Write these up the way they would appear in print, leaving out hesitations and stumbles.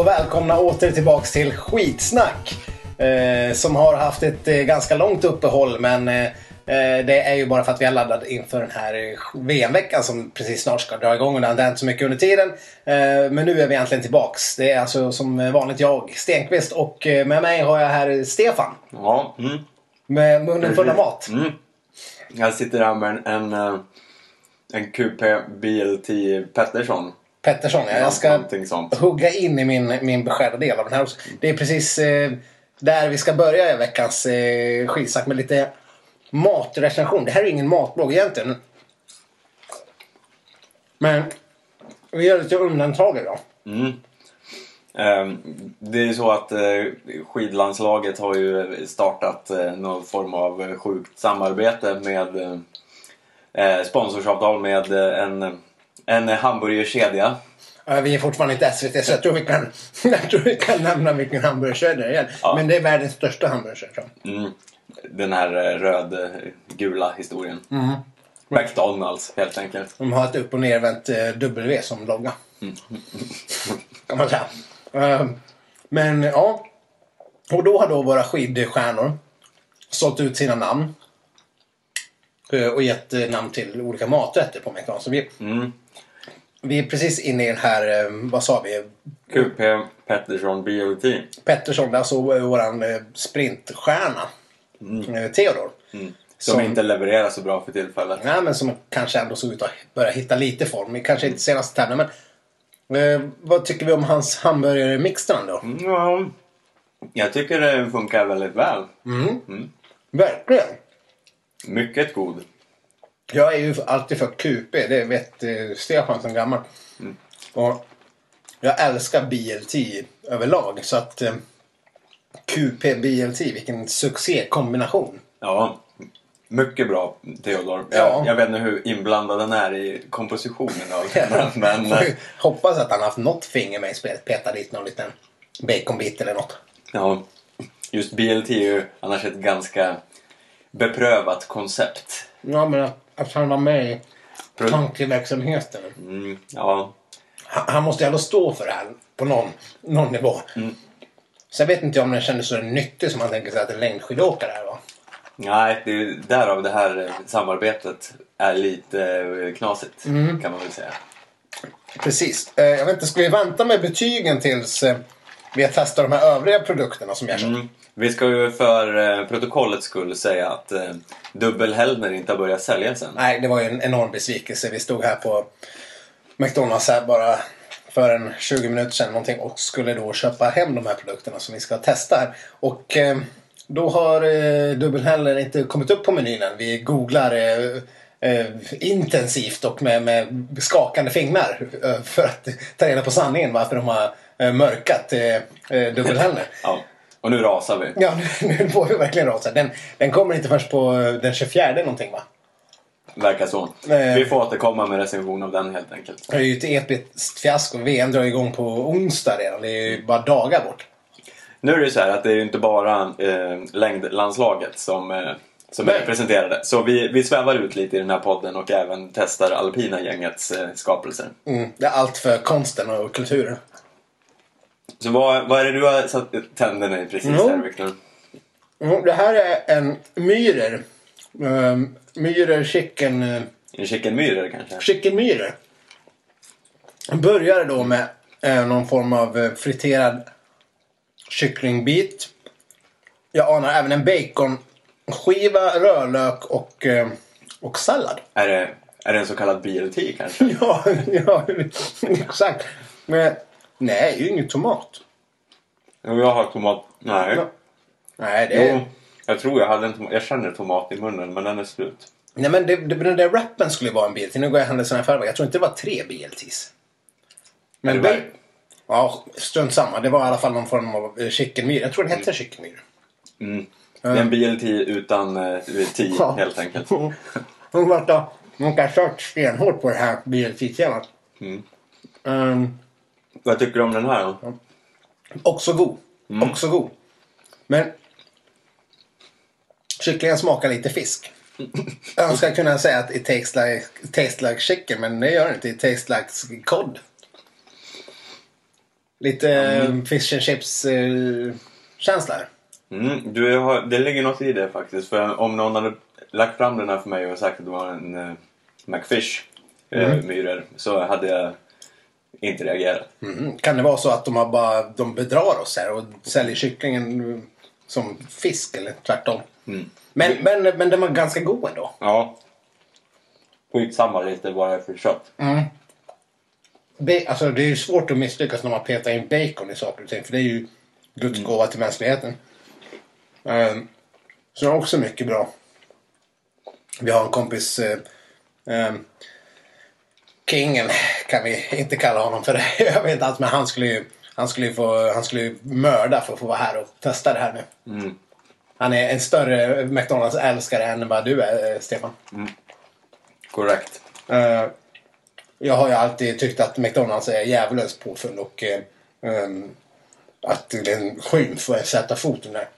och välkomna åter tillbaks till Skitsnack. Som har haft ett ganska långt uppehåll, men det är ju bara för att vi har laddat inför den här VM-veckan som precis snart ska dra igång, och det har inte hänt så mycket under tiden. Men nu är vi äntligen tillbaks. Det är alltså som vanligt jag, Stenqvist, och med mig har jag här Stefan. Ja. Med munnen full av mat. Jag sitter här med en QP BLT Pettersson. Ja, jag ska hugga in i min beskärda del av den här. Det är precis där vi ska börja i veckans skitsnack med lite matrecension. Det här är ingen matblogg egentligen, men vi gör lite undantag idag. Det är ju så att skidlandslaget har ju startat någon form av sjukt samarbete med sponsorsavtal med en hamburgerkedja. Vi är fortfarande inte SVT, så jag tror vi kan nämna vilken hamburgerkedja det är. Ja. Men det är världens största hamburgerkedja. Den här röd-gula historien. McDonalds helt enkelt. De har ett upp- och nervänt W som logga. Kan man säga. Men ja. Och då har våra skidstjärnor sålt ut sina namn. Och gett namn till olika maträtter på McDonalds. Så vi är precis inne i den här, vad sa vi? QP Pettersson BLT. Pettersson, alltså våran sprintstjärna. Theodor. Som inte levererar så bra för tillfället. Nej, men som kanske ändå såg ut att börja hitta lite form. Kanske inte senaste tävlingen, men vad tycker vi om hans hamburgermixen då? Ja, jag tycker det funkar väldigt väl. Verkligen. Mycket god. Jag är ju alltid för QP, det vet Stefan som gammal. Och jag älskar BLT överlag, så att QP BLT, vilken succékombination. Ja, mycket bra Theodor. Ja. Jag vet inte hur inblandad den är i kompositionen av den, men hoppas att han haft något finger med i spelet, peta dit någon liten baconbit eller något. Ja, just BLT är ju annars ett ganska beprövat koncept. Ja, men att han var med i tankeverksamheten. Ja. Han måste ju ändå stå för det här på någon nivå. Så jag vet inte om den kändes så nyttig som man tänker sig att en längdskidåkare är, va? Nej, det är därav det här samarbetet är lite knasigt, kan man väl säga. Precis. Jag vet inte, ska vi vänta med betygen tills vi har testat de här övriga produkterna som jag köpt? Vi ska ju för protokollets skull säga att dubbelhällner inte har börjat sälja sen. Nej, det var ju en enorm besvikelse. Vi stod här på McDonalds här bara för en 20 minuter sedan någonting och skulle då köpa hem de här produkterna som vi ska testa här. Och då har dubbelhällner inte kommit upp på menyn än. Vi googlar intensivt och med skakande fingrar för att ta reda på sanningen varför de har mörkat dubbelhällner. Ja. Och nu rasar vi. Ja, nu får vi verkligen rasa. Den kommer inte först på den 24 någonting, va? Verkar så. Vi får återkomma med recension av den helt enkelt. Det är ju ett episkt fiasko. VM drar igång på onsdag redan. Det är ju bara dagar bort. Nu är det ju så här att det är ju inte bara längdlandslaget som är representerade. Så vi svävar ut lite i den här podden och även testar alpina gängets skapelser. Det är allt för konsten och kulturen. Så vad är det du har satt tänderna i precis här, Victor? Det här är en myrer. Myrer chicken... En chicken myrer kanske? Chicken myrer. Börjar då med någon form av friterad kycklingbit. Jag anar även en baconskiva, rörlök och sallad. Är det en så kallad BLT kanske? ja, exakt. Men nej, det är ju ingen tomat. Jo, jag har tomat. Nej. Ja. Nej, det är... Jo, jag tror jag hade en tomat. Jag känner tomat i munnen, men den är slut. Nej, men den där rappen skulle vara en BLT. Nu går jag händelserna i förväg. Jag tror inte det var 3 BLTs. Men ja, strunt samma. Det var i alla fall någon form av chickenmyr. Jag tror den hette chickenmyr. Det är en BLT utan 10 helt enkelt. Hon har kört stenhårt på det här BLT-temat. Vad tycker du om den här då? Också god. Också god. Men kycklingen smakar lite fisk. Jag ska kunna säga att it tastes like chicken, men det gör det inte. It tastes like cod. lite fish and chips känsla. Det ligger något i det faktiskt. För om någon hade lagt fram den här för mig och sagt att det var en McFish myror, så hade jag inte reagerat. Kan det vara så att de bedrar oss här och säljer kycklingen som fisk eller tvärtom? Men den var ganska god ändå. Ja. Skitsamma lite vad det är för kött. Alltså det är ju svårt att misslyckas när man petar in bacon i saker och ting. För det är ju Guds gåva till mänskligheten. Så det är också mycket bra. Vi har en kompis... Kingen kan vi inte kalla honom för det. Jag vet inte alls, men han skulle ju mörda för att få vara här och testa det här nu. Han är en större McDonalds-älskare än vad du är, Stefan. Korrekt. Jag har ju alltid tyckt att McDonalds är djävulens påfund och att det är en skymf att sätta foten där.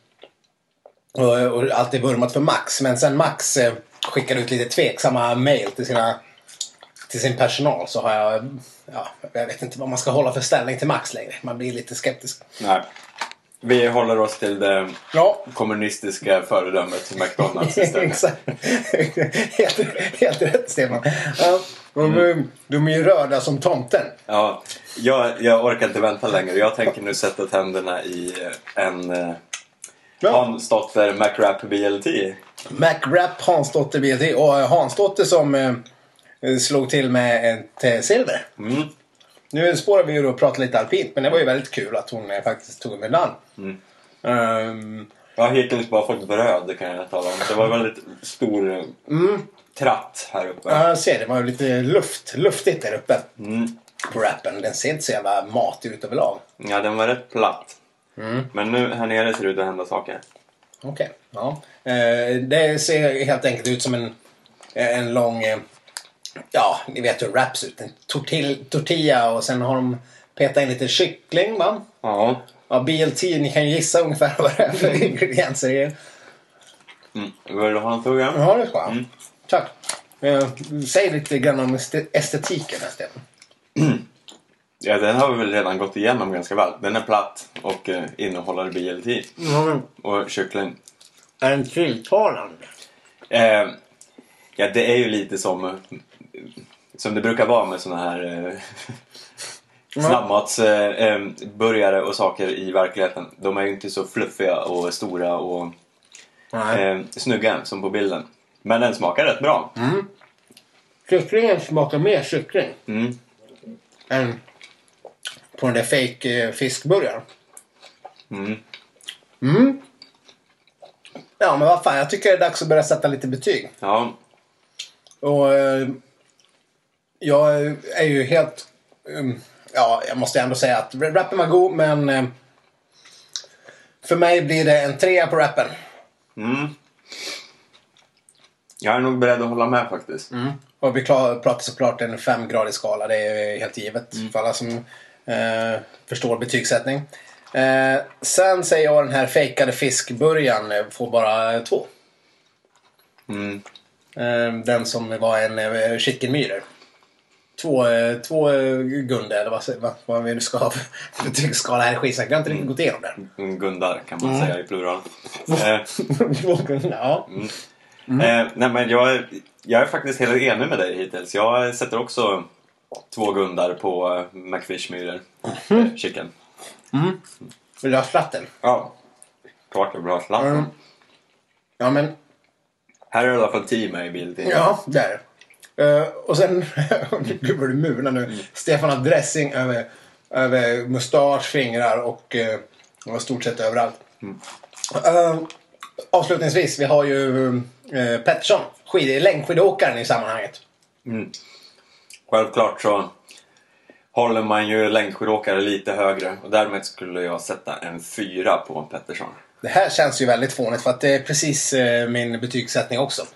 Och alltid vurmat för Max. Men sen Max skickade ut lite tveksamma mail till sin personal, så har jag vet inte vad man ska hålla för ställning till Max längre. Man blir lite skeptisk. Nej. Vi håller oss till det kommunistiska föredömet McDonalds istället. Exakt. helt rätt, Stefan. De är ju röda som tomten. Ja, jag orkar inte vänta längre. Jag tänker nu sätta tänderna i en Hansdotter McWrap BLT. McWrap Hansdotter BLT. Och Hansdotter som slog till med ett silver. Nu spårar vi ju då och pratar lite alpint, men det var ju väldigt kul att hon faktiskt tog med namn. Jag har hittills bara fått bröd, det kan jag tala om. Det var väldigt stor tratt här uppe. Ja, jag ser det. var ju lite luftigt där uppe. På rappen. Den ser inte så jävla matig ut överlag. Ja, den var rätt platt. Men nu här nere ser det ut att hända saker. Okej, ja. Det ser helt enkelt ut som en lång... Ja, ni vet hur wraps ut. En tortilla och sen har de petat in lite kyckling, va? Ja. Ja, BLT, ni kan ju gissa ungefär vad det är för ingredienser det är. Vill du ha en tugga? Ja, det ska jag. Tack. Säg lite grann om estetiken här, Stefan. Ja, den har vi väl redan gått igenom ganska väl. Den är platt och innehåller BLT. Och kyckling. Är den tilltalande? Ja, det är ju lite som det brukar vara med såna här snabbmatsburgare och saker i verkligheten. De är ju inte så fluffiga och stora och snygga som på bilden. Men den smakar rätt bra. Kycklingen smakar mer kyckling än på den där fake fiskburgaren. Ja, men vad fan, jag tycker det är dags att börja sätta lite betyg. Ja. Och jag är ju helt... jag måste ändå säga att rappen var god, men för mig blir det en 3 på rappen. Jag är nog beredd att hålla med faktiskt. Och vi pratar såklart en 5-gradig skala. Det är helt givet för alla som förstår betygssättning. Sen säger jag den här fejkade fiskburgaren får bara 2. Den som var en chickenmyror. 2 gundar eller vad vi nu ska ha för betygsskala här i skitsack. Jag har inte riktigt gått igenom där. Gundar kan man säga i plural. 2 gundar, ja. Nej, men jag är faktiskt helt enig med dig hittills. Jag sätter också 2 gundar på McFish-myror. Chicken. Vill du ha slatten? Ja, klart jag vill ha slatten. Ja, men... Här är det i alla fall 10 med i bilden. Ja, där. Och sen... Gud vad du mular nu. Stefan har dressing över mustasch, fingrar och stort sett överallt. Avslutningsvis, vi har ju Pettersson, längdskidåkaren i sammanhanget. Självklart så håller man ju längdskidåkare lite högre. Och därmed skulle jag sätta en 4 på Pettersson. Det här känns ju väldigt fånigt för att det är precis min betygssättning också.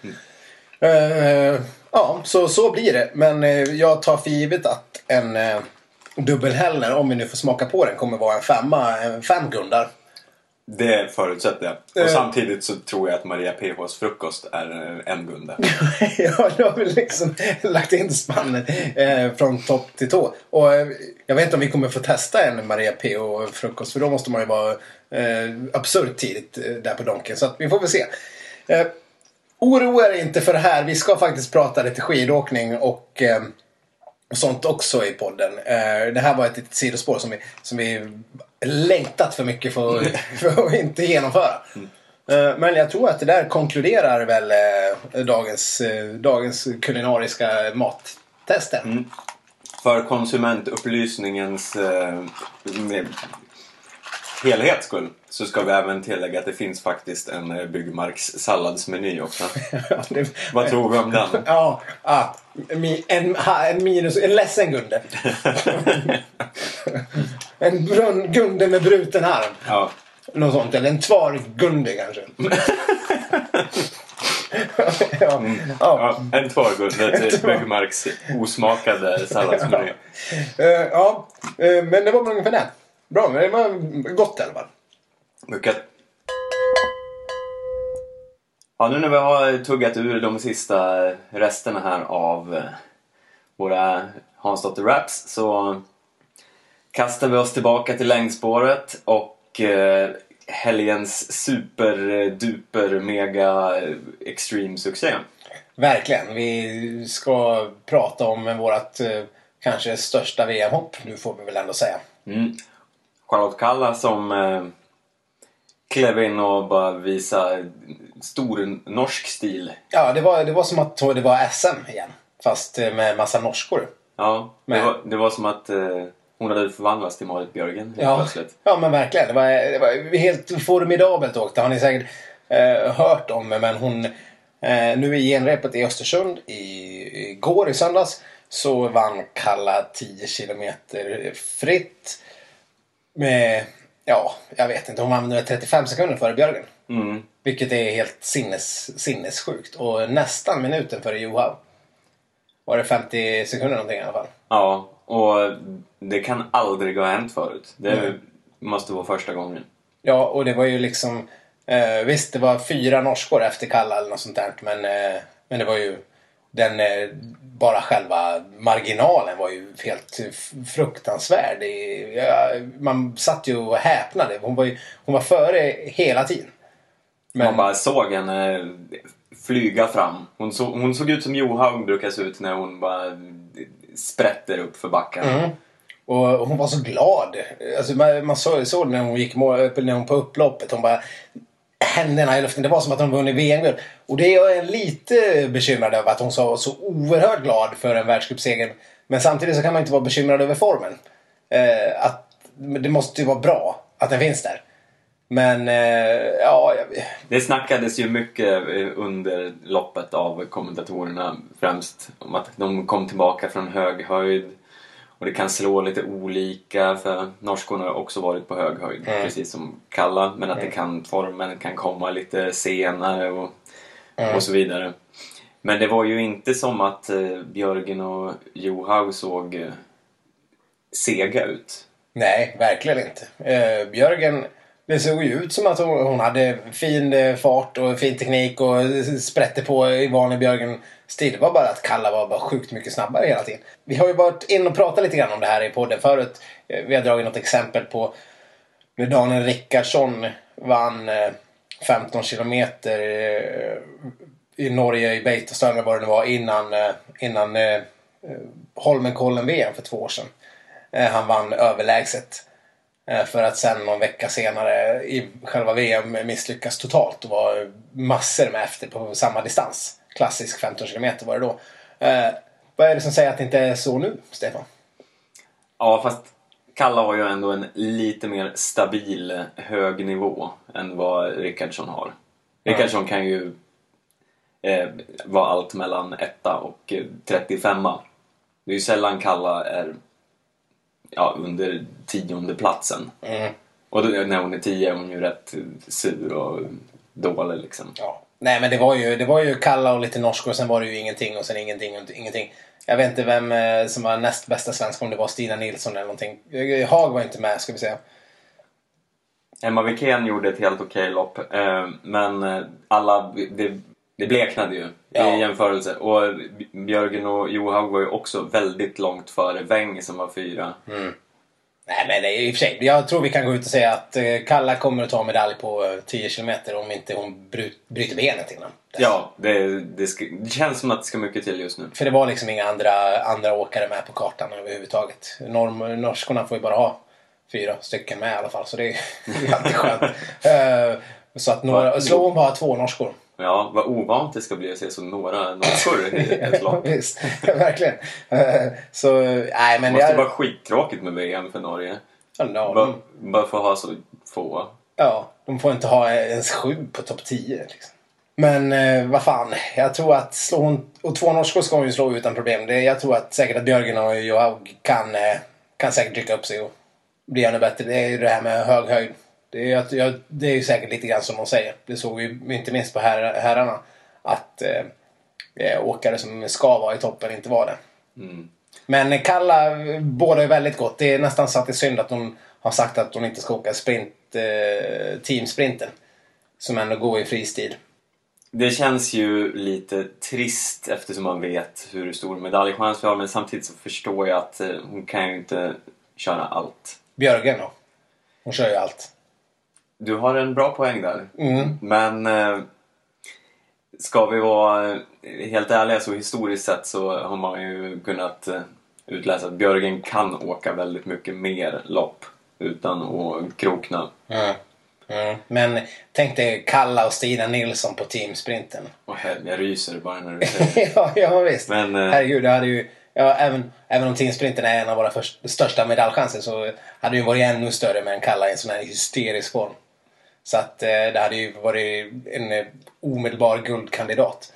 Ja, så blir det. Men jag tar för givet att en dubbelhällner, om vi nu får smaka på den, kommer vara en 5 gundar. Det förutsätter jag. Och samtidigt så tror jag att Maria PHs frukost är en gunde. Ja, då har vi liksom lagt in spannet från topp till tå. Och jag vet inte om vi kommer få testa en Maria PH frukost. För då måste man ju vara absurt tidigt där på Donken. Så att vi får väl se. Oroa er inte för det här. Vi ska faktiskt prata lite skidåkning och sånt också i podden. Det här var ett litet sidospår som vi längtat för mycket för att inte genomföra. Men jag tror att det där konkluderar väl dagens kulinariska mattester. För konsumentupplysningens helhets skull så ska vi även tillägga att det finns faktiskt en Byggmarks salladsmeny också. Vad tror vi om den? Ja, en ledsen Gunde. En Gunde med bruten arm. Ja. Något sånt, eller en tvar-Gunde kanske. Ja, en tvar-Gunde till Byggmarks osmakade salladsmeny. Men det var ungefär det. Bra, men det var gott i alla fall. Mycket. Ja, nu när vi har tuggat ur de sista resterna här av våra Hansdotter Wraps så kastar vi oss tillbaka till längdspåret och helgens superduper mega extreme succé. Verkligen. Vi ska prata om vårat kanske största VM-hopp. Nu får vi väl ändå säga. Charlotte Kalla som klev in och bara visade stor norsk stil. Ja, det var som att det var SM igen. Fast med massa norskor. Ja, det var som att hon hade förvandlats till Marit Björgen plötsligt. Ja, men verkligen. Det var helt formidabelt åkt. Det har ni säkert hört om. Men hon nu i genrepet i Östersund igår i söndags så vann Kalla 10 kilometer fritt. Med, jag vet inte. Hon vann 35 sekunder före Björgen. Vilket är helt sinnessjukt. Och nästan minuten före Johaug. Var det 50 sekunder någonting i alla fall? Ja, och det kan aldrig ha hänt förut. Det måste vara första gången. Ja, och det var ju liksom... visst, det var 4 norskor efter Kalla eller något sånt där. Men det var ju... bara själva marginalen var ju helt fruktansvärd. Man satt ju och häpnade. Hon var före hela tiden. Men man bara såg henne flyga fram. Hon såg ut som Johaug brukar se ut när hon bara sprätter upp för backen. Och hon var så glad. Alltså man såg när hon gick när hon på upploppet. Hon bara händerna i luften. Det var som att hon vunnit VM-guld. Och det är jag lite bekymrad över att hon var så oerhört glad för en världscupseger. Men samtidigt så kan man inte vara bekymrad över formen. Att det måste ju vara bra att den finns där. Men det snackades ju mycket under loppet av kommentatorerna främst om att de kom tillbaka från hög höjd och det kan slå lite olika för norskorna har också varit på hög höjd precis som Kalla, men att formen kan komma lite senare och så vidare. Men det var ju inte som att Björgen och Johaug såg sega ut. Nej, verkligen inte. Björgen, det såg ju ut som att hon hade fin fart och fin teknik och sprätte på i vanlig Björgen-stil. Det var bara att Kalla var bara sjukt mycket snabbare hela tiden. Vi har ju varit in och pratat lite grann om det här i podden förut. Vi har dragit något exempel på när Daniel Rickardsson vann 15 kilometer i Norge i Beitostølen vad det nu var innan Holmenkollen VM för 2 år sedan. Han vann överlägset. För att sen någon vecka senare i själva VM misslyckas totalt och var massor med efter på samma distans. Klassisk 15 kilometer var det då. Vad är det som säger att det inte är så nu, Stefan? Ja, fast Kalla har ju ändå en lite mer stabil hög nivå än vad Rickardsson har. Rickardsson kan ju vara allt mellan 1 och 35. Det är ju sällan Kalla är under 10:e platsen. Och då, när hon är 10 är hon ju rätt sur och dålig liksom. Ja. Nej, men det var ju Kalla och lite norsk och sen var det ju ingenting och sen ingenting. Jag vet inte vem som var näst bästa svensk, om det var Stina Nilsson eller någonting. Haag var inte med, ska vi säga. Emma Wikén gjorde ett helt okej lopp. Men det bleknade ju i jämförelse. Och Björgen och Johaug var ju också väldigt långt före Weng som var 4. Nej, men det är i och för sig. Jag tror vi kan gå ut och säga att Kalla kommer att ta medalj på 10 kilometer om inte hon bryter benet innan. Ja, det känns som att det ska mycket till just nu. För det var liksom inga andra åkare med på kartan överhuvudtaget. Norskorna får ju bara ha 4 stycken med i alla fall. Så det är alltid skönt. Så att slå om bara 2 norskor. Ja, vad ovant det ska bli att se så några norskor i ett lopp. Visst, verkligen. Så, nej, men det måste vara skittråkigt med VM för Norge. Ja, bara få ha så få. Ja, de får inte ha ens 7 på topp 10 liksom. Men vad fan, jag tror att slå hon, och 2 norskor ska hon ju slå utan problem. Jag tror att säkert att Björgen och Johaug kan säkert trycka upp sig och bli ännu bättre. Det är ju det här med hög höjd. Det är ju säkert lite grann som de säger. Det såg vi inte minst på herrarna. Att åkare som ska vara i toppen inte var det. Men Kalla båda är väldigt gott. Det är nästan så att det är synd att hon har sagt att hon inte ska åka teamsprinten. Som ändå går i fristil. Det känns ju lite trist eftersom man vet hur stor medaljchans vi har. Men samtidigt så förstår jag att hon kan ju inte köra allt. Björgen då? Hon kör ju allt. Du har en bra poäng där. Men ska vi vara helt ärliga så historiskt sett så har man ju kunnat utläsa att Björgen kan åka väldigt mycket mer lopp utan att krokna. Men tänk dig Kalla och Stina Nilsson på teamsprinten. Jag ryser bara när du säger det. ja visst. Men, herregud, det hade ju... Ja, även om teamsprinten är en av våra största medaljchanser så hade det ju varit ännu större med en Kalla i en sån här hysterisk form. Så att det hade ju varit en omedelbar guldkandidat.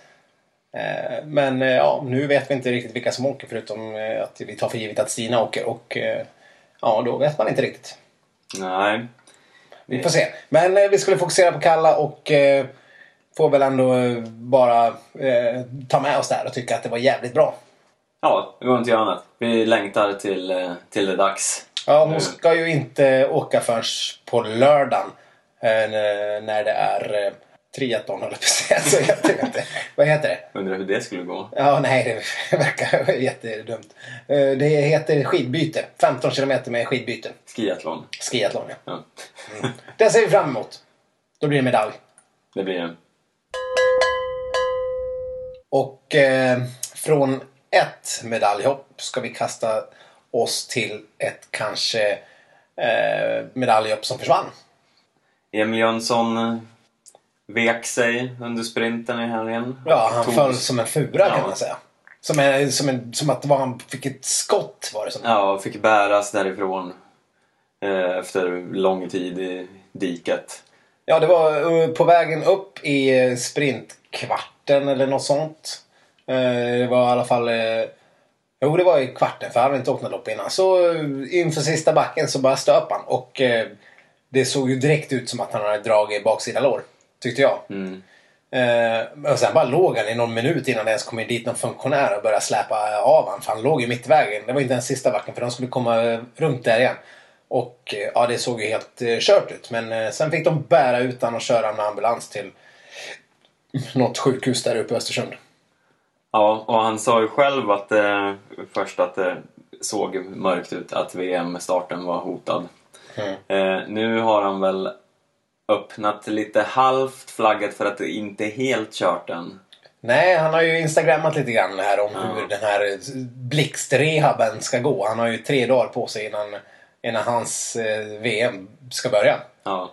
Men ja, nu vet vi inte riktigt vilka som åker förutom att vi tar för givet att Stina åker. Och ja, då vet man inte riktigt. Nej. Vi får se. Men vi skulle fokusera på Kalla och får väl ändå bara ta med oss där och tycka att det var jävligt bra. Ja, det går inte att göra annat. Vi längtar till det dags. Ja, hon ska ju inte åka förrän på lördagen. När det är triathlon eller precis. Jag vet inte. Vad heter det? Undrar hur det skulle gå. Ja, nej, det verkar jättedumt. Det heter skidbyte. 15 kilometer med skidbyte. Skiathlon, ja. Det ser vi fram emot. Då blir det medalj. Det blir det. Och från ett medaljhopp ska vi kasta oss till ett kanske medaljhopp som försvann. Emil Jönsson vek sig under sprinten i helgen. Ja, han föll som en fura kan man säga. Som att han fick ett skott var det som. Ja, fick bäras därifrån efter lång tid i diket. Ja, det var på vägen upp i sprintkvarten eller något sånt. Det var i alla fall... Jo, det var i kvarten för han hade inte åkt något lopp innan. Så inför sista backen så bara stöp han. Och det såg ju direkt ut som att han hade dragit i baksida lår. Tyckte jag. Och sen bara låg han i någon minut innan det ens kom dit någon funktionär och började släpa av han. För han låg i mittvägen. Det var inte den sista backen för de skulle komma runt där igen. Och ja, det såg ju helt kört ut. Men sen fick de bära ut han och köra med ambulans till något sjukhus där uppe i Östersund. Ja, och han sa ju själv att först att det såg mörkt ut att VM-starten var hotad. Nu har han väl öppnat lite halvt flaggat för att det inte är helt kört än. Nej, han har ju instagrammat lite grann här om hur den här blixtrehaben ska gå. Han har ju 3 dagar på sig innan hans VM ska börja. Ja.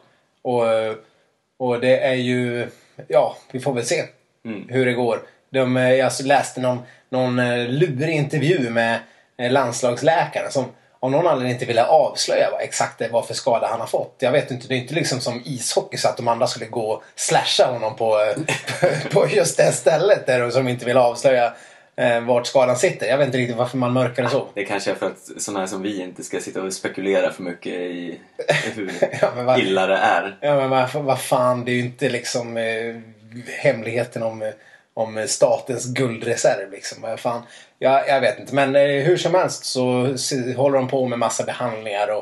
Och det är ju... Ja, vi får väl se hur det går. Jag läste någon lurig intervju med landslagsläkaren som av någon anledning inte ville avslöja exakt det var för skada han har fått. Jag vet inte, det är inte liksom som ishockey så att de andra skulle gå och slasha honom på just det stället där som inte vill avslöja vart skadan sitter. Jag vet inte riktigt varför man mörkar det så. Det kanske är för att sådana här som vi inte ska sitta och spekulera för mycket i hur illa det är. Ja, men vad fan, det är ju inte liksom hemligheten om statens guldreserv liksom. Vad fan. Jag vet inte, men hur som helst så håller de på med massa behandlingar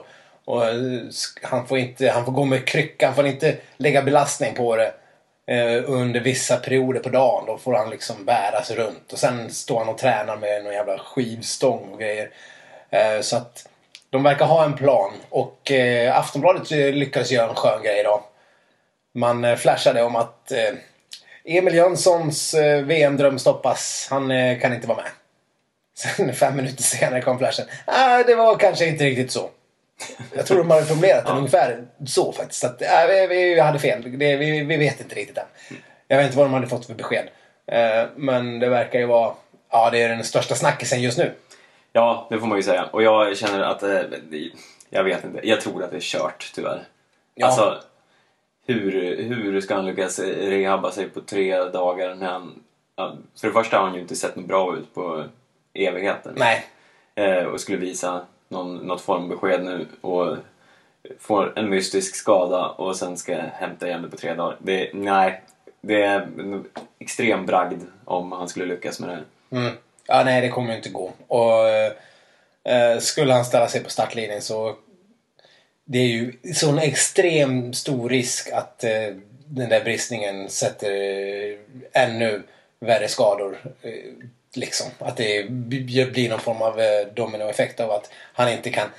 Och han får gå med krycka. Han får inte lägga belastning på det under vissa perioder på dagen. Då får han liksom bäras runt. Och sen står han och tränar med någon jävla skivstång och grejer. Så att de verkar ha en plan. Och Aftonbladet lyckades göra en skön grej idag. Man flashade om att Emil Jönssons VM-dröm stoppas. Han kan inte vara med. Sen 5 minuter senare kom flashen. Det var kanske inte riktigt så. Jag tror de hade formulerat den ungefär så faktiskt. Att, vi hade fel. Vi vet inte riktigt än. Jag vet inte vad de hade fått för besked. Men det verkar ju vara... Ja, det är den största snackisen just nu. Ja, det får man ju säga. Och jag känner att... jag vet inte. Jag tror att det är kört, tyvärr. Ja. Alltså, hur ska han lyckas rehabba sig på 3 dagar när han... Ja, för det första har han ju inte sett något bra ut på evigheten. Nej. Och skulle visa något formbesked nu och får en mystisk skada och sen ska hämta igen det på 3 dagar. Det är en extrem bragd om han skulle lyckas med det här. Ja, nej, det kommer ju inte gå. Och skulle han ställa sig på startlinjen så det är ju sån extrem stor risk att den där bristningen sätter ännu värre skador. Liksom. Att det blir någon form av dominoeffekt av att han inte kan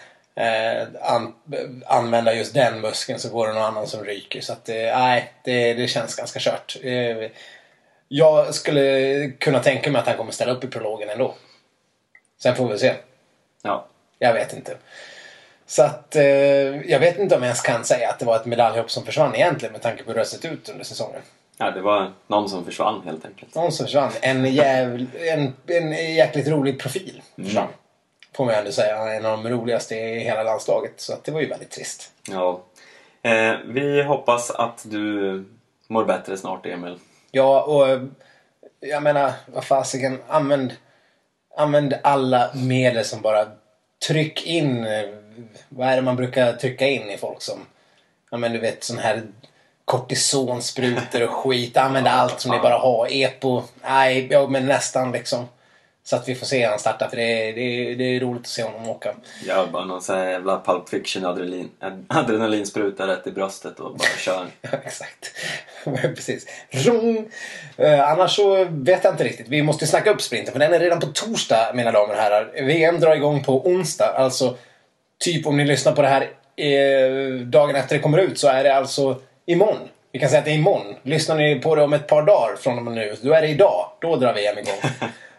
använda just den muskeln, så går det någon annan som ryker. Så att nej, det känns ganska kört. Jag skulle kunna tänka mig att han kommer ställa upp i prologen ändå. Sen får vi se. Ja. Jag vet inte. Så att jag vet inte om jag ens kan säga att det var ett medaljhopp som försvann egentligen med tanke på hur det har sett ut under säsongen. Ja, det var någon som försvann helt enkelt. Någon som försvann. En jäkligt rolig profil försvann. Får man ändå säga. En av de roligaste i hela landslaget. Så att det var ju väldigt trist. Ja. Vi hoppas att du mår bättre snart, Emil. Ja, och jag menar, vad fasiken, använd alla medel som bara tryck in. Vad är det man brukar trycka in i folk som, ja men du vet, sån här kortisonsprutor och skit. Använd allt som ni bara har. Epo, nej, ja, men nästan liksom. Så att vi får se han starta, för det är roligt att se honom åka. Ja, bara någon sån här jävla Pulp Fiction adrenalinspruta rätt i bröstet och bara kör. Ja, exakt. Precis. Annars så vet jag inte riktigt. Vi måste snacka upp sprinten, för den är redan på torsdag, mina damer och herrar. VM drar igång på onsdag. Alltså, typ om ni lyssnar på det här dagen efter det kommer ut, så är det alltså imorgon. Vi kan säga att det är imorgon. Lyssnar ni på det om ett par dagar från och med nu, då är det idag. Då drar VM igång.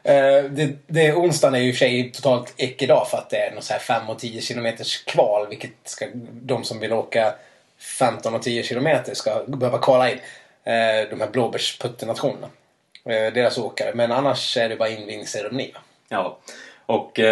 Det onsdagen är ju i och för sig totalt icke-dag, för att det är någon så här 5 och 10 kilometers kval, vilket ska de som vill åka 15 och 10 kilometer ska behöva kvala in, de här blåbärsputtenationerna, deras åkare. Men annars är det bara invigningsceremoni. Ja, och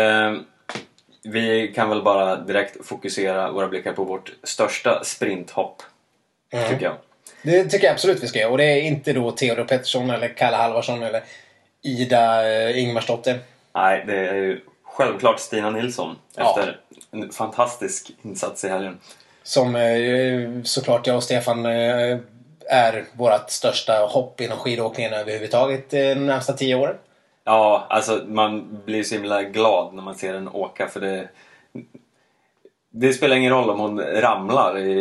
vi kan väl bara direkt fokusera våra blickar på vårt största sprinthopp, tycker jag. Det tycker jag absolut vi ska göra. Och det är inte då Theodor Pettersson eller Kalle Halvarsson eller Ida Ingmarsdotter. Nej, det är ju självklart Stina Nilsson efter en fantastisk insats i helgen. Som såklart jag och Stefan är vårt största hopp inom skidåkningen överhuvudtaget de närmsta 10 åren. Ja, alltså man blir så himla glad när man ser den åka, för det spelar ingen roll om hon ramlar i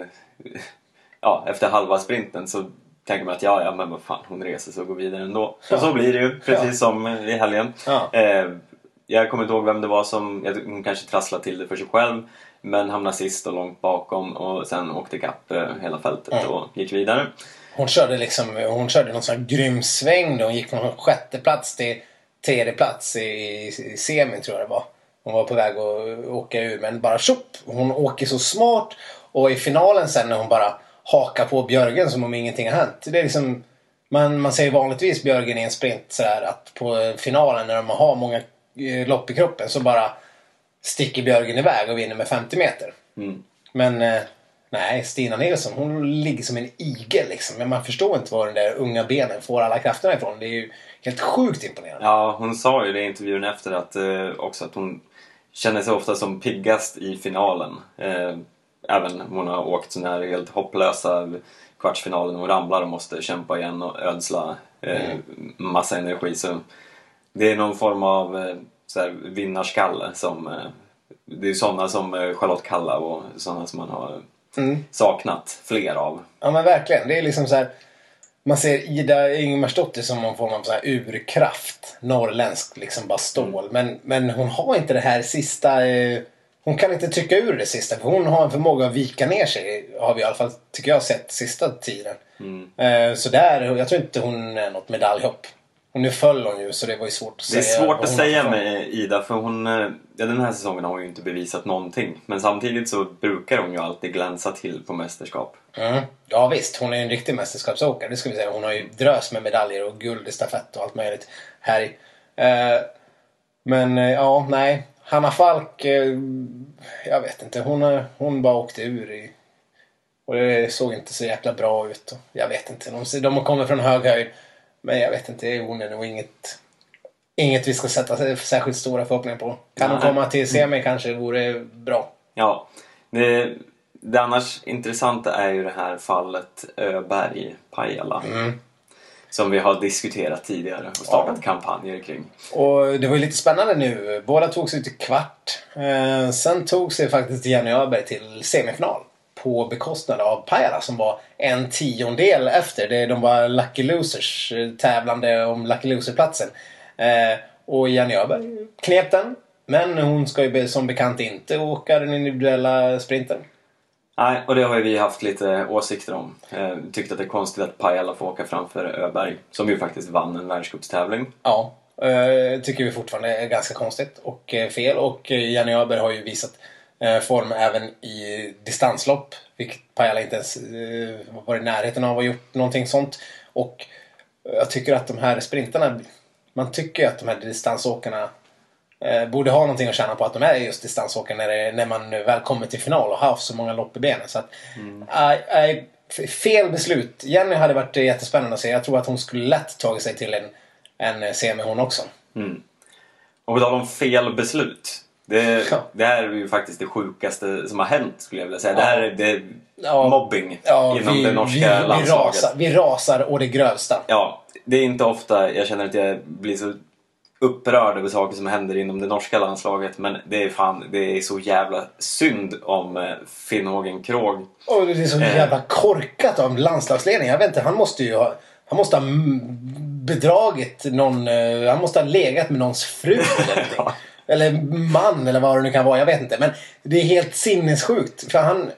efter halva sprinten, så tänker man att men vad fan, hon reser sig och går vidare ändå. Ja. Och så blir det ju, precis som i helgen. Ja. Jag kommer inte ihåg vem det var som, hon kanske trasslade till det för sig själv, men hamnade sist och långt bakom och sen åkte ikapp hela fältet och gick vidare. Hon körde någon sån här grym sväng då. Hon gick från 6:e plats till 3:e plats i semin, tror jag det var. Hon var på väg att åka ur, men bara tjopp. Hon åker så smart, och i finalen sen när hon bara hakar på Björgen som om ingenting har hänt. Det är liksom, man säger vanligtvis Björgen i en sprint sådär, att på finalen när de har många lopp i kroppen så bara sticker Björgen iväg och vinner med 50 meter. Men nej, Stina Nilsson, hon ligger som en igel liksom. Men man förstår inte var den där unga benen får alla krafterna ifrån. Det är ju helt sjukt imponerande. Ja, hon sa ju det i intervjun efter att också att hon känner sig ofta som piggast i finalen. Även om hon har åkt sådana här helt hopplösa kvartsfinalen och ramlar och måste kämpa igen och ödsla massa energi. Så det är någon form av så här vinnarskalle som det är sådana som Charlotte Kalla och sådana som man har saknat fler av. Ja, men verkligen. Det är liksom så här, man ser Ida Ingemarsdotter som någon form av så här urkraft, norrländsk liksom bara stål, men hon har inte det här sista, hon kan inte trycka ur det sista, för hon har en förmåga att vika ner sig, har vi i alla fall, tycker jag, sett sista tiden. Så där, jag tror inte hon är något medaljhopp. Och nu föll hon ju, så det var ju svårt att säga. Det är svårt att säga med Ida, för hon, den här säsongen har hon ju inte bevisat någonting. Men samtidigt så brukar hon ju alltid glänsa till på mästerskap. Ja visst, hon är en riktig mästerskapsåkare, det ska vi säga. Hon har ju drös med medaljer och guld i stafett och allt möjligt här i. Men ja, nej. Hanna Falk, jag vet inte, hon bara åkte ur i. Och det såg inte så jäkla bra ut. Jag vet inte, de har kommit från hög höjd. Men jag vet inte, hon är nog inget vi ska sätta särskilt stora förhoppningar på. Kan hon komma till semi kanske vore bra. Ja, det annars intressanta är ju det här fallet Öberg-Pajala. Som vi har diskuterat tidigare och startat kampanjer kring. Och det var ju lite spännande nu. Båda tog sig till kvart. Sen tog sig faktiskt Jenny Öberg till semifinal. På bekostnad av Pajala som var 1/10 efter. De var Lucky Losers tävlande om Lucky Loser-platsen. Och Jenny Öberg knep den. Men hon ska ju som bekant inte åka den individuella sprinten. Nej, och det har ju vi haft lite åsikter om. Tyckte att det är konstigt att Pajala får åka framför Öberg, som ju faktiskt vann en världscupstävling. Ja, tycker vi fortfarande är ganska konstigt och fel. Och Jenny Öberg har ju visat form även i distanslopp, vilket Pajala inte ens var i närheten av att ha gjort någonting sånt. Och jag tycker att de här sprintarna, man tycker att de här distansåkarna borde ha någonting att tjäna på att de är just distansåkare när man väl kommer till final och har haft så många lopp i benen. Så att, fel beslut. Jenny hade varit jättespännande att se. Jag tror att hon skulle lätt tagit sig till en semi hon också. Och på tal om fel beslut. Det här är ju faktiskt det sjukaste som har hänt, skulle jag vilja säga. Det här är mobbing inom det norska landslaget. Vi rasar å det grövsta. Ja, det är inte ofta jag känner att jag blir så upprörd över saker som händer inom det norska landslaget. Men det är så jävla synd om Finnhågen Krog. Och det är så jävla korkat av landslagsledningen. Jag vet inte, han måste ha bedragit någon. Han måste ha legat med någons fru eller eller man eller vad det nu kan vara, jag vet inte. Men det är helt sinnessjukt. För han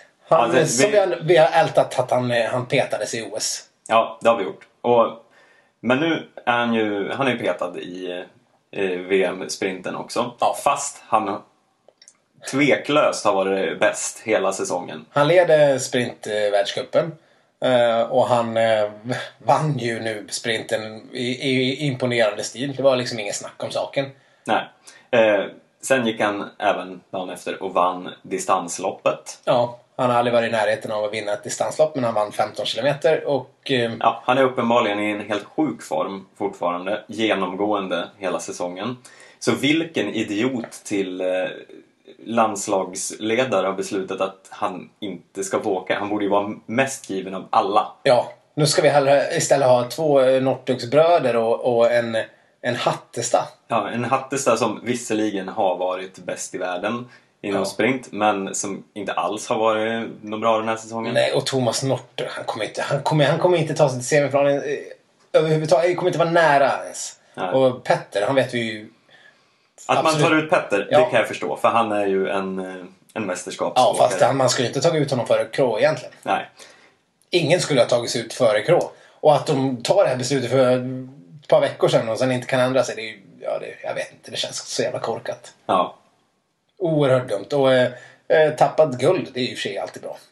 vi har ältat att han petades i OS. Ja, det har vi gjort. Men nu är han är ju petad i VM-sprinten också. Ja. Fast han tveklöst har varit bäst hela säsongen. Han leder sprintvärldscupen. Och han vann ju nu sprinten i imponerande stil. Det var liksom ingen snack om saken. Nej. Sen gick han även dagen efter och vann distansloppet. Ja, han har aldrig varit i närheten av att vinna ett distanslopp, men han vann 15 kilometer och... Ja, han är uppenbarligen i en helt sjuk form fortfarande, genomgående hela säsongen. Så vilken idiot till landslagsledare har beslutat att han inte ska få åka? Han borde ju vara mest given av alla. Ja, nu ska vi istället ha 2 Northugsbröder och en Hattestad. Ja, en Hattestad som visserligen har varit bäst i världen inom sprint, men som inte alls har varit någon bra den här säsongen. Nej, och Thomas North, han kommer inte ta sig till semifinalen överhuvudtaget. Han kommer inte vara nära ens. Nej. Och Petter, han vet vi ju... Att absolut. Man tar ut Petter, det kan jag förstå. För han är ju en mästerskapsåkare. Ja, fast man skulle inte ta ut honom före Krå egentligen. Nej. Ingen skulle ha tagit sig ut före Krå. Och att de tar det här beslutet för ett par veckor sedan och sen inte kan ändra sig, det är ju, jag vet inte, det känns så jävla korkat. Ja. Oerhört dumt. Och tappat guld, det är ju för sig alltid bra.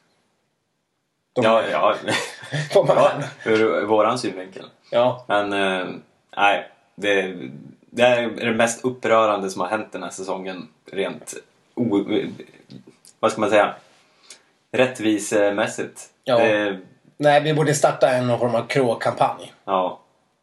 Ja. Ur våran synvinkel. Ja. Men nej, det är det mest upprörande som har hänt den här säsongen. Rent vad ska man säga, rättvisemässigt. Ja. Nej, vi borde starta en form av Krå-kampanj. Ja.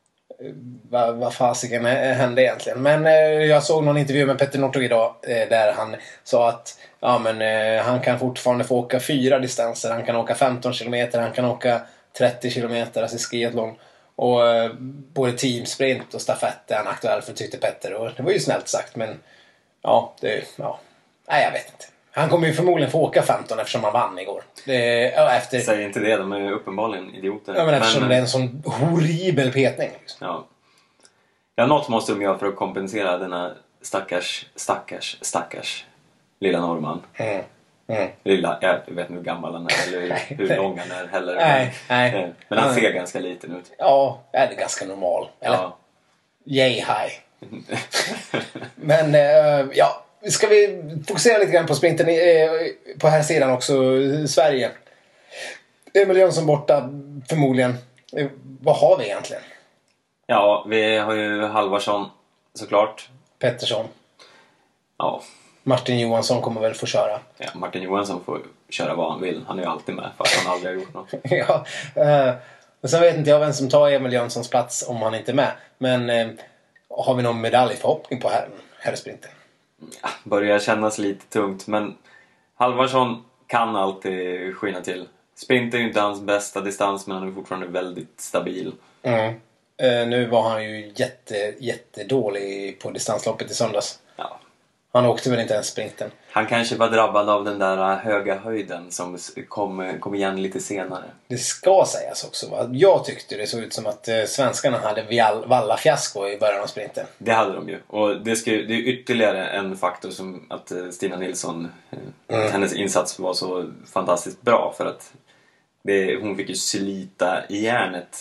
Vad fasiken hände egentligen. Men jag såg någon intervju med Petter Northug idag där han sa att han kan fortfarande få åka 4 distanser. Han kan åka 15 kilometer, han kan åka 30 kilometer, alltså skiathlon. Och både teamsprint och stafett är han aktuell för, tyckte Petter. Och det var ju snällt sagt, men Nej, jag vet inte. Han kommer ju förmodligen få åka 15 eftersom han vann igår. Säg inte det, de är uppenbarligen idioter. Ja, men eftersom det är en sån horribel petning. Liksom. Ja, något måste de göra för att kompensera denna stackars lilla norrman. Lilla, jag vet inte hur gammal han är eller hur lång han är heller. Nej. Men han ser ganska liten ut. Ja, det är ganska normal. Eller? Ja. Yay high. Men ja, ska vi fokusera lite grann på sprinten på här sidan också, Sverige. Emil Jönsson borta förmodligen. Vad har vi egentligen? Ja, vi har ju Halvarsson såklart. Pettersson. Ja. Martin Johansson kommer väl få köra. Ja, Martin Johansson får köra vad han vill. Han är ju alltid med fast han aldrig har gjort något. Ja, och sen vet inte jag vem som tar Emil Jönssons plats om han inte är med. Men har vi någon medaljförhoppning på herrsprinten? Ja, börjar kännas lite tungt, men Halvarsson kan alltid skina till. Sprint är ju inte hans bästa distans, men han är fortfarande väldigt stabil. Nu var han ju jättedålig på distansloppet i söndags. Ja. Han åkte väl inte ens sprinten. Han kanske var drabbad av den där höga höjden som kom igen lite senare. Det ska sägas också, va? Jag tyckte det såg ut som att svenskarna hade valla-fiasko i början av sprinten. Det hade de ju. Och det är ytterligare en faktor som att Stina Nilsson, hennes insats var så fantastiskt bra. För att hon fick ju slita i järnet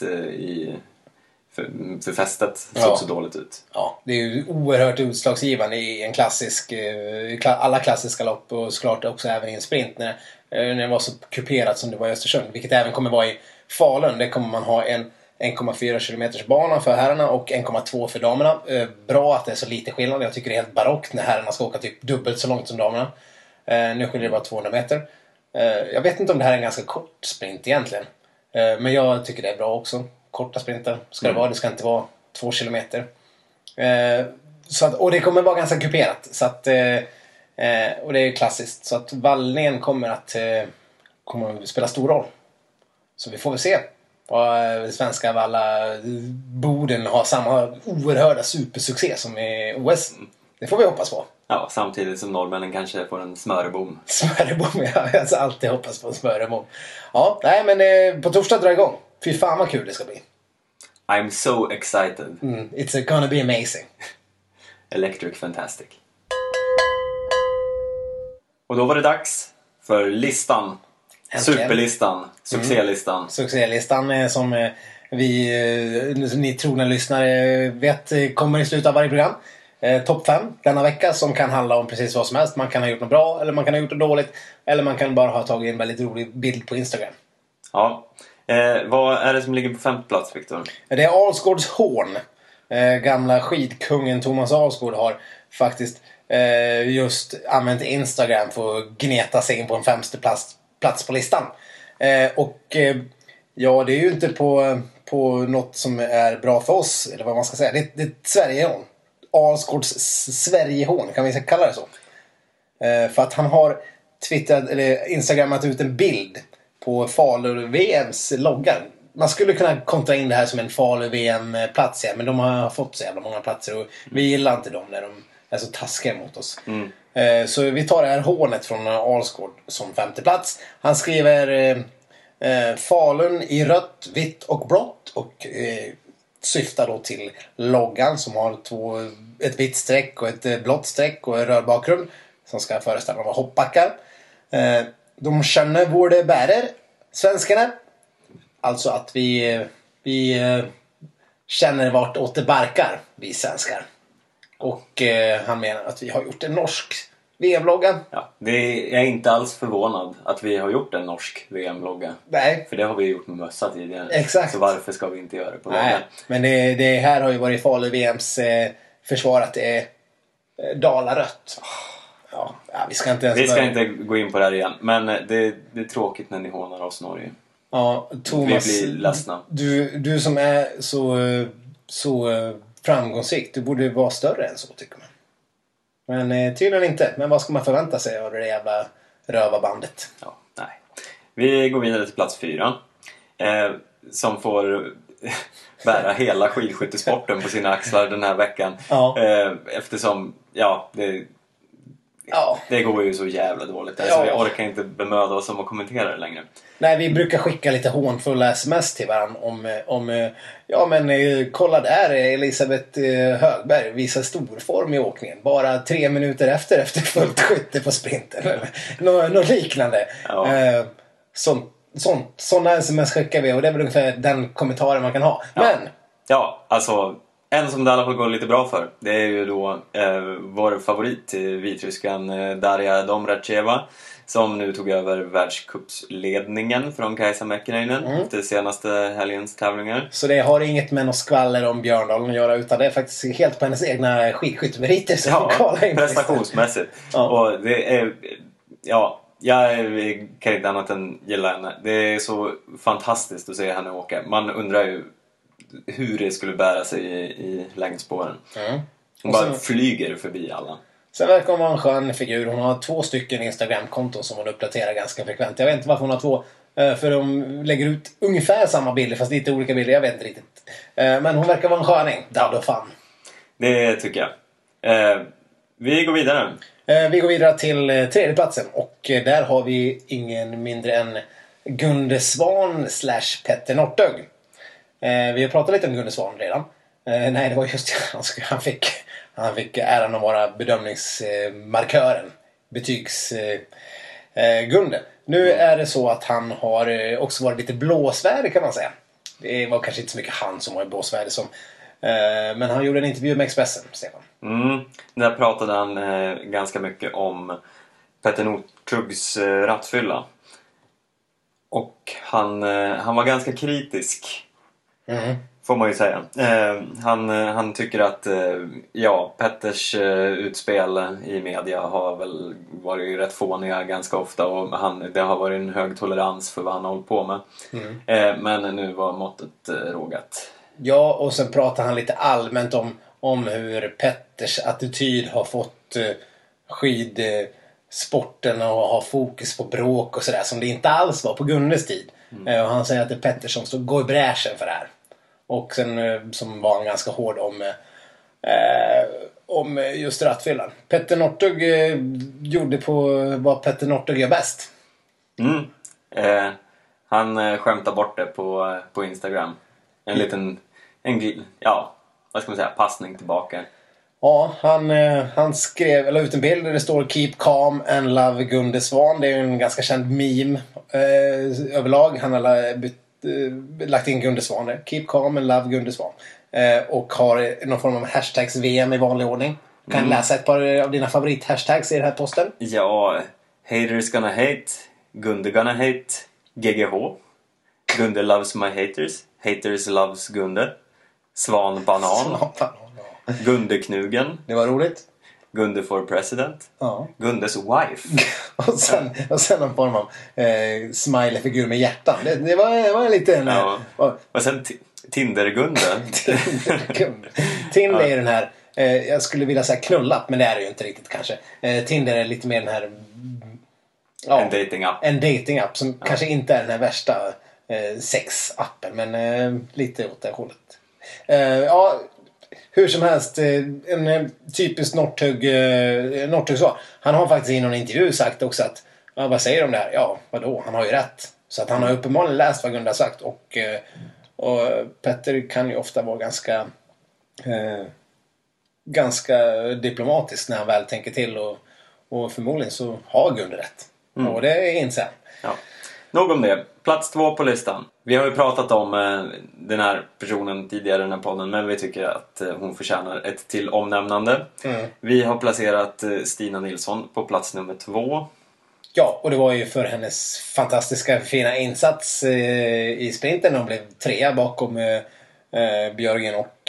för fästet såg så dåligt ut. Ja, det är ju oerhört utslagsgivande i en alla klassiska lopp och såklart också även i en sprint när det var så kuperat som det var i Östersund, vilket även kommer vara i Falun. Där kommer man ha en 1,4 kilometers bana för herrarna och 1,2 för damerna. Bra att det är så lite skillnad. Jag tycker det är helt barockt när herrarna ska åka typ dubbelt så långt som damerna. Nu skiljer det bara 200 meter. Jag vet inte om det här är en ganska kort sprint egentligen. Men jag tycker det är bra också. Korta sprinter ska det vara. Det ska inte vara 2 kilometer. Och det kommer vara ganska kuperat. Så att, och det är klassiskt. Så att vallningen kommer att spela stor roll. Så vi får väl se. Och svenska valla Boden har samma oerhörda supersuccé som i OS. Det får vi hoppas på. Ja, samtidigt som norrmännen kanske får en smörebom. Smörebom, ja. Jag har alltid hoppats på en smörebom. Ja, nej men på torsdag drar igång. Fy fan vad kul det ska bli. I'm so excited. It's gonna be amazing. Electric fantastic. Och då var det dags för listan. Äntligen. Superlistan. Succélistan. Succélistan som ni trogna lyssnare vet kommer i slutet av varje program. Topp 5 denna vecka som kan handla om precis vad som helst. Man kan ha gjort något bra eller man kan ha gjort något dåligt. Eller man kan bara ha tagit en väldigt rolig bild på Instagram. Ja. Vad är det som ligger på 5:e plats, Victor? Det är Alsgårds Horn. Gamla skidkungen Thomas Alsgård har faktiskt just använt Instagram för att gneta sig in på en 5:e plats på listan. Ja, det är ju inte på något som är bra för oss, eller vad man ska säga. Det är ett Sverigehorn. Alsgårds Sverigehorn, kan vi kalla det så. För att han har Instagrammat ut en bild på Falu-VMs loggar. Man skulle kunna kontra in det här som en Falu-VM-plats, ja, men de har fått så jävla många platser och vi gillar inte dem när de är så taskiga mot oss. Så vi tar det här hånet från Alsgård som 5:e plats. Han skriver Falun i rött, vitt och blått och syftar då till loggan som har ett vitt streck och ett blått streck och en röd bakgrund som ska föreställa några hoppbackar. De känner vårde bärer, svenskarna. Alltså att vi känner vart åt det barkar, vi svenskar. Och han menar att vi har gjort en norsk VM-logga. Ja, det är inte alls förvånad att vi har gjort en norsk VM-logga. Nej. För det har vi gjort med mössa tidigare. Exakt. Så varför ska vi inte göra det på loggan? Nej, men det här har ju varit Falu-VMs försvar att det är Dalarött. Ja, vi ska inte gå in på det här igen. Men det är tråkigt när ni hånar oss, Norge. Ja, Thomas, vi blir ledsna. Du som är så framgångsrik, du borde vara större än så, tycker man. Men tydligen inte. Men vad ska man förvänta sig av det jävla rövarbandet? Ja, nej. Vi går vidare till plats 4. Som får bära hela skidskyttesporten på sina axlar den här veckan. Ja. Eftersom, Ja. Det går ju så jävla dåligt. Alltså, vi orkar inte bemöda oss om att kommentera det längre. Nej, vi brukar skicka lite hånfulla sms till varandra om ja men kolla där, Elisabeth Högberg visar stor form i åkningen. Bara 3 minuter efter fullt skytte på sprinten. Eller något liknande. Ja. Sådana sms skickar vi och det är väl ungefär den kommentaren man kan ha. Ja. Men ja, alltså en som det i alla fall går lite bra för, det är ju då vår favorit, vitryskan Darja Domracheva, som nu tog över världscupsledningen från Kajsa Mäkinen efter senaste helgens tävlingar. så det har inget med något skvaller om Björndalen att göra, utan det är faktiskt helt på hennes egna skidskyttemeriter som kvalar in. Prestationsmässigt. Ja. Och det är, ja, jag kan inte annat än gilla henne. Det är så fantastiskt att se henne åka. Man undrar ju hur det skulle bära sig i längdspåren. Hon bara flyger förbi alla. Sen verkar hon vara en skön figur. Hon har 2 stycken Instagram-konton som hon uppdaterar ganska frekvent. Jag vet inte varför hon har 2. För de lägger ut ungefär samma bilder fast lite olika bilder. Jag vet inte riktigt. Men hon verkar vara en sköning. Dado fan. Det tycker jag. Vi går vidare. Vi går vidare till 3:e platsen. Och där har vi ingen mindre än Gunde Svan / Petter Northug. Vi har pratat lite om Gunde Svan redan. Nej, det var just han fick äran att vara bedömningsmarkören. Gunde. Nu är det så att han har också varit lite blåsvärd, kan man säga. Det var kanske inte så mycket han som var i blåsvärd som. Men han gjorde en intervju med Expressen, Stefan. Där pratade han ganska mycket om Petter Northugs rattfylla. Och han var ganska kritisk. Får man ju säga. Han tycker att Petters utspel i media har väl varit rätt fåniga ganska ofta. Och det har varit en hög tolerans för vad han har hållit på med. Men nu var måttet rågat. Ja, och sen pratar han lite allmänt om hur Petters attityd har fått skidsporten och ha fokus på bråk och sådär, som det inte alls var på Gunnes tid. Och han säger att det är Petter som går i bräschen för det här. Och sen som var han ganska hård om just rattfyllan. Petter Northug gjorde på vad Petter Northug gör bäst. Han skämtar bort det på Instagram. En liten vad ska man säga, passning tillbaka. Ja, han skrev, eller ut en bild där det står Keep calm and love Gunde Svan. Det är en ganska känd meme överlag. Han har lagt in Gunde Svan där. Keep calm and love Gunde Svan. Och har någon form av hashtags VM i vanlig ordning. Kan läsa ett par av dina favorit-hashtags i den här posten. Ja, haters gonna hate, Gunde gonna hate, GGH, Gunde loves my haters, haters loves Gunde, Svan banan, Gunde-knugen. Det var roligt. Gunde for president. Ja. Gundes wife. och sen någon form av smiley-figur med hjärtan. Det var en liten... Och sen Tinder-Gunde. Tinder är den här... jag skulle vilja säga knullapp, men det är det ju inte riktigt kanske. Tinder är lite mer den här... en dating-app. En dating-app som kanske inte är den här värsta sex-appen, men lite åt det hållet. Hur som helst, en typisk Northug så. Han har faktiskt i någon intervju sagt också att vad säger de om det här? Ja, vadå? Han har ju rätt. Så att han har uppenbarligen läst vad Gunde har sagt. Och Petter kan ju ofta vara ganska diplomatisk när han väl tänker till. Och förmodligen så har Gunde rätt. Och det inser han. Ja. Nog om det. Plats 2 på listan. Vi har ju pratat om den här personen tidigare i den här podden, men vi tycker att hon förtjänar ett till omnämnande. Vi har placerat Stina Nilsson på plats nummer 2. Ja, och det var ju för hennes fantastiska fina insats i sprinten. Hon blev 3 bakom Björgen och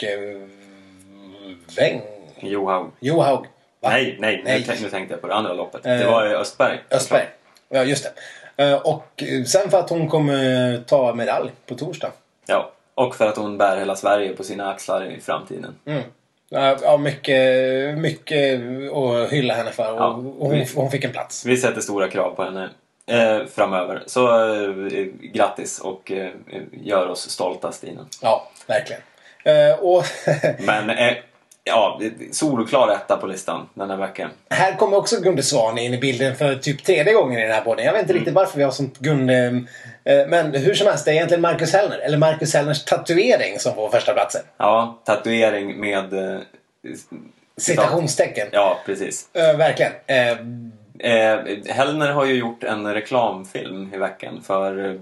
Johaug. Nej. Nu tänkte jag på det andra loppet. Det var Östberg. Ja, just det. Och sen för att hon kommer ta medalj på torsdag. Ja, och för att hon bär hela Sverige på sina axlar i framtiden. Ja, mycket att hylla henne för. Och hon fick en plats. Vi sätter stora krav på henne framöver. Så grattis och gör oss stolta, Stina. Ja, verkligen. Men Ja, solklar etta på listan den här veckan. Här kommer också Gunde Svan in i bilden för typ 3:e gången i den här podden. Jag vet inte riktigt varför vi har sånt Gunde. Men hur som helst, det är egentligen Marcus Hellner. Eller Marcus Hellners tatuering som får första platsen. Ja, tatuering med... Citationstecken. Ja, precis. Verkligen. Hellner har ju gjort en reklamfilm i veckan för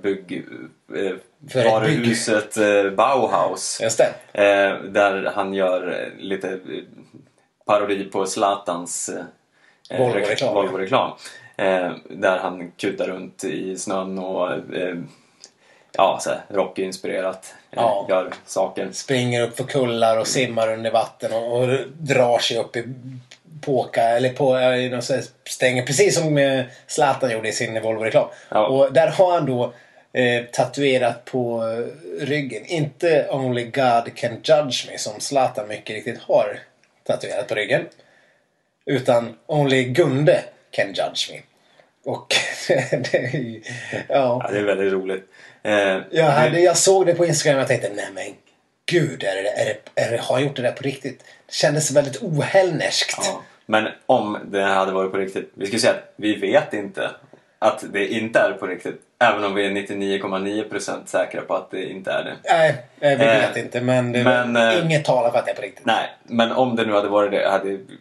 varuhuset Bauhaus. Just det. Där han gör lite parodi på Zlatans Volvo-reklam. Där han kutar runt i snön och så här, Rocky-inspirerat gör saker. Springer upp för kullar och simmar under vatten och drar sig upp i påka eller på stänger, precis som Zlatan gjorde i sin Volvo-reklam. Ja. Och där har han då tatuerat på ryggen, inte Only God Can Judge Me som Zlatan mycket riktigt har tatuerat på ryggen, utan Only Gunde Can Judge Me. Och det är väldigt roligt. Jag såg det på Instagram och jag tänkte, nej men gud, har han gjort det där på riktigt? Det kändes väldigt ohällnerskt. Ja, men om det hade varit på riktigt, vi skulle säga att vi vet inte att det inte är på riktigt, även om vi är 99,9% säkra på att det inte är det. Nej, vi vet inte, men inget talar för att det är på riktigt. Nej, men om det nu hade varit det,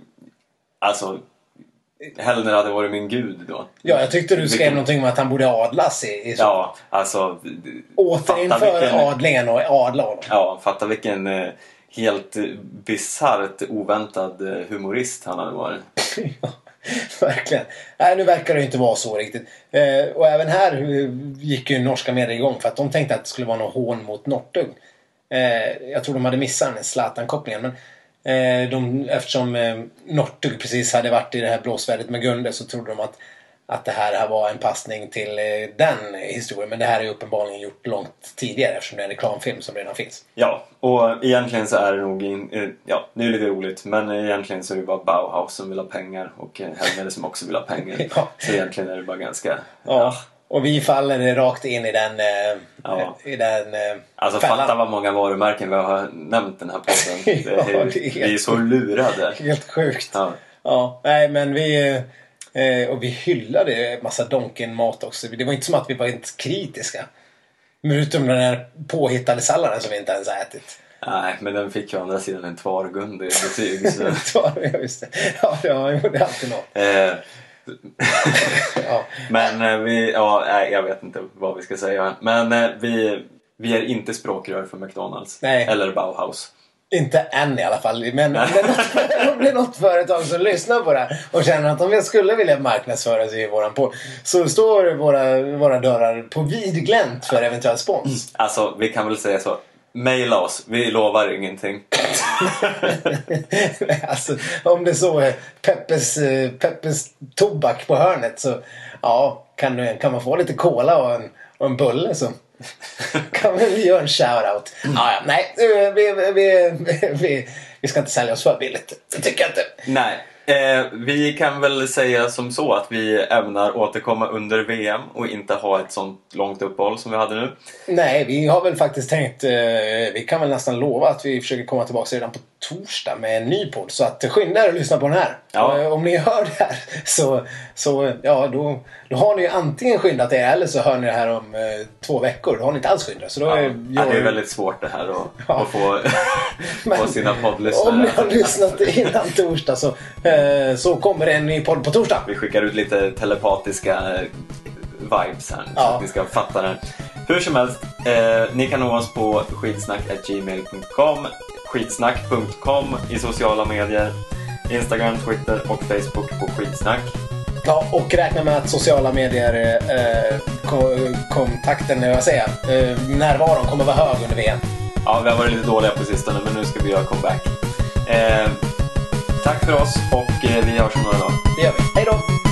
Hellner hade varit min gud då. Ja, jag tyckte du skrev någonting om att han borde adlas i så. Ja, alltså... Återinför adlingen och adla honom. Ja, fatta vilken helt bisarrt oväntad humorist han hade varit. Ja, verkligen. Nej, nu verkar det inte vara så riktigt. Och även här gick ju norska medier igång för att de tänkte att det skulle vara något hån mot Northug. Jag tror de hade missat den Zlatan-kopplingen, men eftersom Northug precis hade varit i det här blåsvädret med Gunde, så trodde de att det här var en passning till den historien. Men det här är uppenbarligen gjort långt tidigare eftersom det är en reklamfilm som redan finns. Ja, och egentligen så är det nog det är lite roligt, men egentligen så är det bara Bauhaus som vill ha pengar och Hellner som också vill ha pengar. Ja. Så egentligen är det bara ganska... Ja. Och vi faller rakt in i den alltså fällan. Fatta vad många varumärken vi har nämnt den här podden. Vi är så lurade. Helt sjukt. Ja, nej, men vi hyllade massa Donken-mat också. Det var inte som att vi var inte kritiska. Förutom den här påhittade salladen som vi inte ens ätit. Nej, men den fick ju å andra sidan en tvargunde i betyg. Så. Ja, just det. Ja, det är alltid något. Ja. Men jag vet inte vad vi ska säga. Men vi är inte språkrör för McDonalds. Nej. Eller Bauhaus. Inte än i alla fall. Men om det är något företag som lyssnar på det här och känner att de skulle vilja marknadsföra sig i våran podd, så står våra dörrar på vidglänt för eventuell spons. Alltså, vi kan väl säga så. Maila oss, vi lovar ingenting. Alltså, om det så är Peppes tobak på hörnet, så ja, kan man få lite cola och en bulle, så kan vi göra en shoutout. Nej, vi ska inte sälja oss för billigt. Det tycker jag inte. Nej. Vi kan väl säga som så att vi ämnar återkomma under VM och inte ha ett sånt långt uppehåll som vi hade nu. Nej, vi har väl faktiskt tänkt, vi kan väl nästan lova att vi försöker komma tillbaka redan på torsdag med en ny podd. Så att skynda er och lyssna på den här. Ja. Om ni hör det här då har ni antingen skyndat er, eller så hör ni det här om 2 veckor. Då har ni inte alls skyndat. Så då det är väldigt svårt det här att få sina poddlyssnare. Om ni har lyssnat innan torsdag så kommer det en ny podd på torsdag. Vi skickar ut lite telepatiska vibes här så att ni ska fatta det. Hur som helst, ni kan nå oss på skitsnack@gmail.com, skitsnack.com i sociala medier, Instagram, Twitter och Facebook på skitsnack. Ja, och räkna med att sociala medier kontakten, närvaron kommer vara hög under VM. Ja, vi har varit lite dåliga på sistone, men nu ska vi göra comeback. Tack för oss och vi hörs om några dagar. Det gör vi. Hej då!